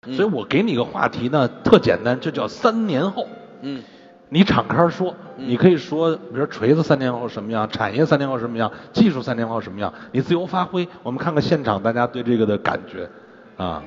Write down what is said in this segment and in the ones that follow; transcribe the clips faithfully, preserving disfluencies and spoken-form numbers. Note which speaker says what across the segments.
Speaker 1: 所以我给你个话题呢，特简单，就叫三年后。
Speaker 2: 嗯，
Speaker 1: 你敞开说，
Speaker 2: 嗯
Speaker 1: 你可以说，比如说锤子三年后什么样，产业三年后什么样，技术三年后什么样，你自由发挥。我们看看现场大家对这个的感觉，啊。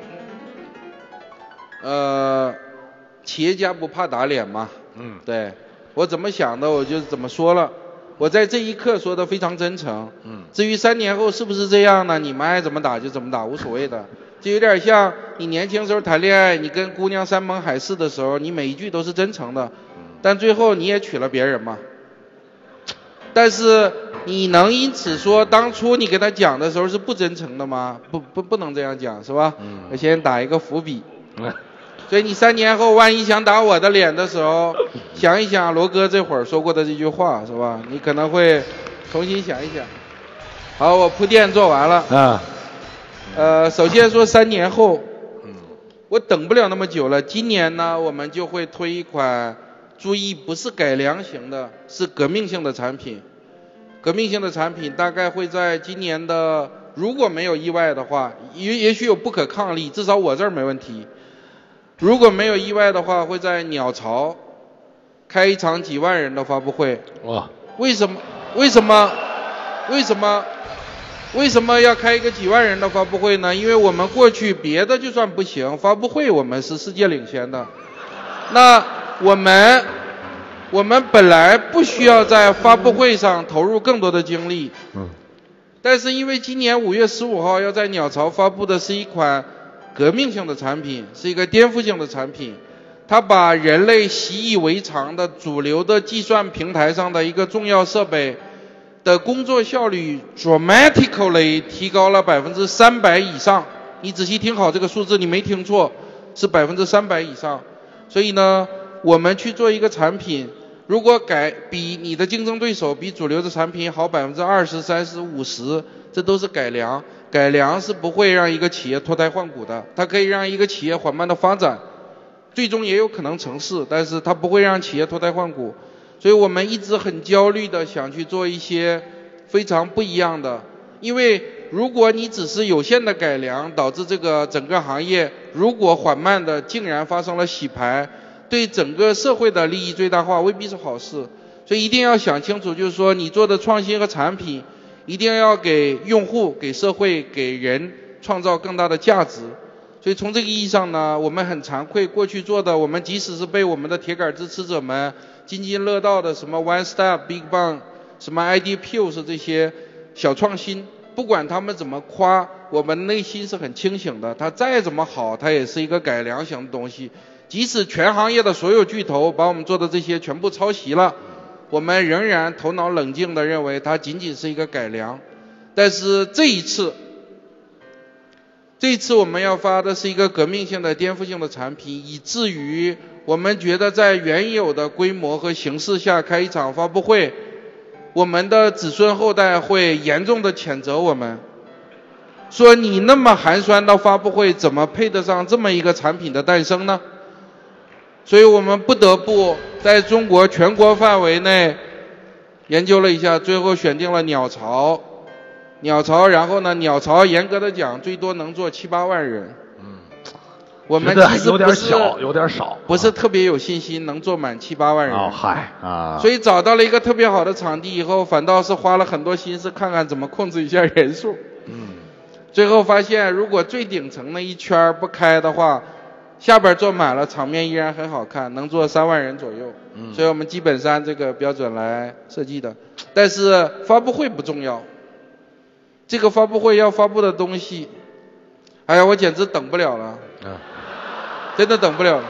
Speaker 2: 呃，企业家不怕打脸嘛。
Speaker 1: 嗯，
Speaker 2: 对，我怎么想的我就怎么说了。我在这一刻说的非常真诚。
Speaker 1: 嗯，
Speaker 2: 至于三年后是不是这样呢？你们爱怎么打就怎么打，无所谓的。就有点像你年轻时候谈恋爱，你跟姑娘山盟海誓的时候，你每一句都是真诚的，但最后你也娶了别人嘛。但是你能因此说当初你跟他讲的时候是不真诚的吗？不不不能这样讲，是吧？
Speaker 1: 嗯，
Speaker 2: 我先打一个伏笔。
Speaker 1: 嗯，
Speaker 2: 所以你三年后万一想打我的脸的时候，想一想罗哥这会儿说过的这句话，是吧？你可能会重新想一想。好，我铺垫做完了。
Speaker 1: 啊。
Speaker 2: 呃，首先说三年后，
Speaker 1: 嗯，
Speaker 2: 我等不了那么久了。今年呢，我们就会推一款，注意不是改良型的，是革命性的产品。革命性的产品大概会在今年的，如果没有意外的话，也也许有不可抗力，至少我这儿没问题。如果没有意外的话，会在鸟巢开一场几万人的发布会。
Speaker 1: 哇！
Speaker 2: 为什么？为什么？为什么？为什么要开一个几万人的发布会呢？因为我们过去别的就算不行，发布会我们是世界领先的。那我们我们本来不需要在发布会上投入更多的精力。
Speaker 1: 嗯。
Speaker 2: 但是因为今年五月十五号要在鸟巢发布的是一款革命性的产品，是一个颠覆性的产品，它把人类习以为常的主流的计算平台上的一个重要设备的工作效率 dramatically 提高了百分之三百以上。你仔细听好这个数字，你没听错，是百分之三百以上。所以呢，我们去做一个产品，如果改比你的竞争对手比主流的产品好百分之二十、三十、五十，这都是改良。改良是不会让一个企业脱胎换骨的，它可以让一个企业缓慢的发展，最终也有可能成事，但是它不会让企业脱胎换骨。所以我们一直很焦虑的想去做一些非常不一样的，因为如果你只是有限的改良，导致这个整个行业如果缓慢的竟然发生了洗牌，对整个社会的利益最大化未必是好事。所以一定要想清楚，就是说你做的创新和产品一定要给用户、给社会、给人创造更大的价值。所以从这个意义上呢，我们很惭愧，过去做的我们即使是被我们的铁杆支持者们津津乐道的什么 One Step、Big Bang、什么 I D Pulse 这些小创新，不管他们怎么夸，我们内心是很清醒的，它再怎么好，它也是一个改良型的东西。即使全行业的所有巨头把我们做的这些全部抄袭了，我们仍然头脑冷静地认为它仅仅是一个改良。但是这一次这一次我们要发的是一个革命性的颠覆性的产品，以至于我们觉得在原有的规模和形式下开一场发布会，我们的子孙后代会严重的谴责我们，说你那么寒酸的发布会怎么配得上这么一个产品的诞生呢？所以我们不得不在中国全国范围内研究了一下，最后选定了鸟巢。鸟巢，然后呢，鸟巢严格的讲，最多能坐七八万人。
Speaker 1: 嗯，
Speaker 2: 我们其实
Speaker 1: 有点小，有点少，
Speaker 2: 不是特别有信心能坐满七八万人。
Speaker 1: 哦，嗨啊！
Speaker 2: 所以找到了一个特别好的场地以后，反倒是花了很多心思，看看怎么控制一下人数。
Speaker 1: 嗯，
Speaker 2: 最后发现，如果最顶层那一圈不开的话，下边坐满了，场面依然很好看，能坐三万人左右。
Speaker 1: 嗯，
Speaker 2: 所以我们基本上这个标准来设计的。但是发布会不重要。这个发布会要发布的东西，哎呀，我简直等不了了，
Speaker 1: 嗯，
Speaker 2: 真的等不了了。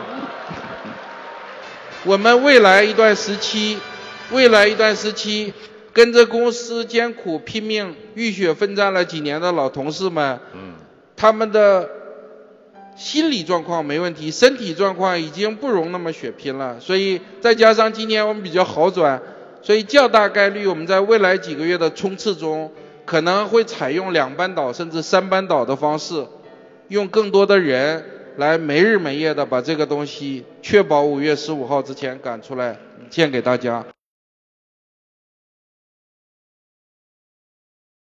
Speaker 2: 我们未来一段时期，未来一段时期，跟着公司艰苦拼命、浴血奋战了几年的老同事们，
Speaker 1: 嗯，
Speaker 2: 他们的心理状况没问题，身体状况已经不容那么血拼了。所以再加上今年我们比较好转，所以较大概率我们在未来几个月的冲刺中，可能会采用两班倒甚至三班倒的方式，用更多的人来没日没夜的把这个东西确保五月十五号之前赶出来，献给大家。